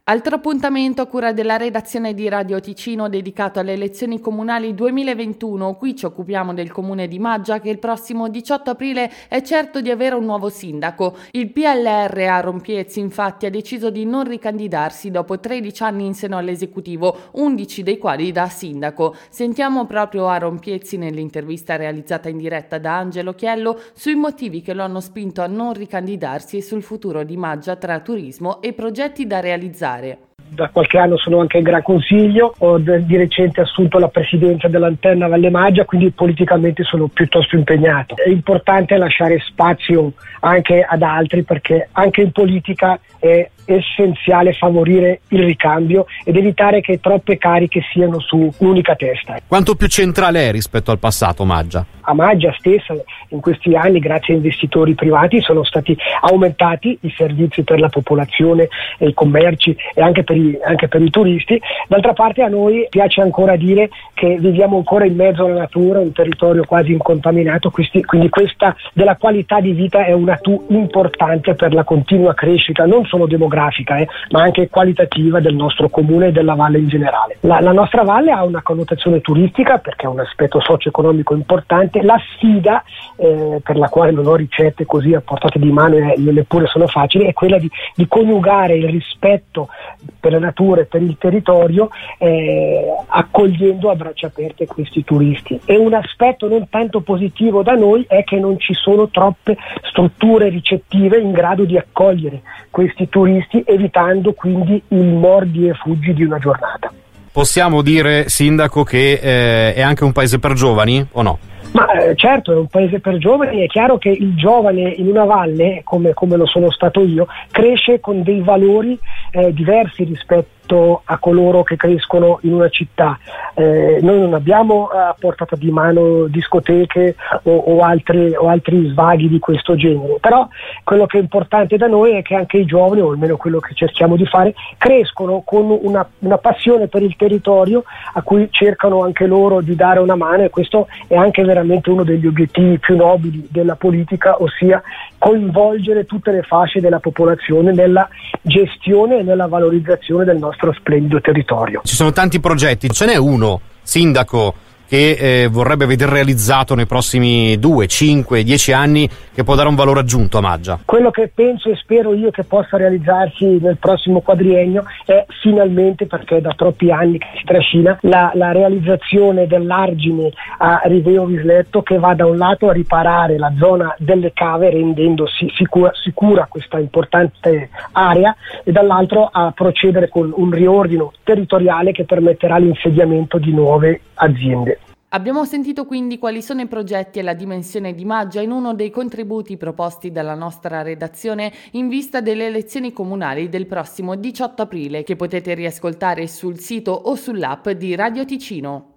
Altro appuntamento a cura della redazione di Radio Ticino dedicato alle elezioni comunali 2021. Qui ci occupiamo del comune di Maggia che il prossimo 18 aprile è certo di avere un nuovo sindaco. Il PLR a Rompiezi infatti ha deciso di non ricandidarsi dopo 13 anni in seno all'esecutivo, 11 dei quali da sindaco. Sentiamo proprio a Rompiezi nell'intervista realizzata in diretta da Angelo Chiello sui motivi che lo hanno spinto a non ricandidarsi e sul futuro di Maggia tra turismo e progetti da realizzare. Da qualche anno sono anche in Gran Consiglio, ho di recente assunto la presidenza dell'Antenna Valle Maggia, quindi politicamente sono piuttosto impegnato. È importante lasciare spazio anche ad altri, perché anche in politica è essenziale favorire il ricambio ed evitare che troppe cariche siano su un'unica testa. Quanto più centrale è rispetto al passato Maggia? A Maggia stessa in questi anni, grazie a investitori privati, sono stati aumentati i servizi per la popolazione e i commerci e anche per i turisti. D'altra parte a noi piace ancora dire che viviamo ancora in mezzo alla natura, un territorio quasi incontaminato, quindi questa della qualità di vita è un atu importante per la continua crescita, non solo demografica, ma anche qualitativa del nostro comune e della valle in generale. La nostra valle ha una connotazione turistica perché è un aspetto socio-economico importante. La sfida per la quale non ho ricette così a portata di mano e neppure sono facili è quella di coniugare il rispetto per la natura e per il territorio accogliendo a braccia aperte questi turisti. E un aspetto non tanto positivo da noi è che non ci sono troppe strutture ricettive in grado di accogliere questi turisti, evitando quindi il mordi e fuggi di una giornata. Possiamo dire, sindaco, che è anche un paese per giovani o no? Ma certo, è un paese per giovani. È chiaro che il giovane in una valle, come lo sono stato io, cresce con dei valori diversi rispetto a coloro che crescono in una città. Noi non abbiamo a portata di mano discoteche o altri svaghi di questo genere, però quello che è importante da noi è che anche i giovani, o almeno quello che cerchiamo di fare, crescono con una passione per il territorio a cui cercano anche loro di dare una mano, e questo è anche veramente uno degli obiettivi più nobili della politica, ossia coinvolgere tutte le fasce della popolazione nella gestione e nella valorizzazione del nostro splendido territorio. Ci sono tanti progetti, ce n'è uno, sindaco, che vorrebbe vedere realizzato nei prossimi 2, 5, 10 anni, che può dare un valore aggiunto a Maggia? Quello che penso e spero io che possa realizzarsi nel prossimo quadriennio è finalmente, perché da troppi anni che si trascina, la realizzazione dell'argine a Riveo Visletto, che va da un lato a riparare la zona delle cave rendendosi sicura questa importante area, e dall'altro a procedere con un riordino territoriale che permetterà l'insediamento di nuove aziende. Abbiamo sentito quindi quali sono i progetti e la dimensione di Maggia in uno dei contributi proposti dalla nostra redazione in vista delle elezioni comunali del prossimo 18 aprile, che potete riascoltare sul sito o sull'app di Radio Ticino.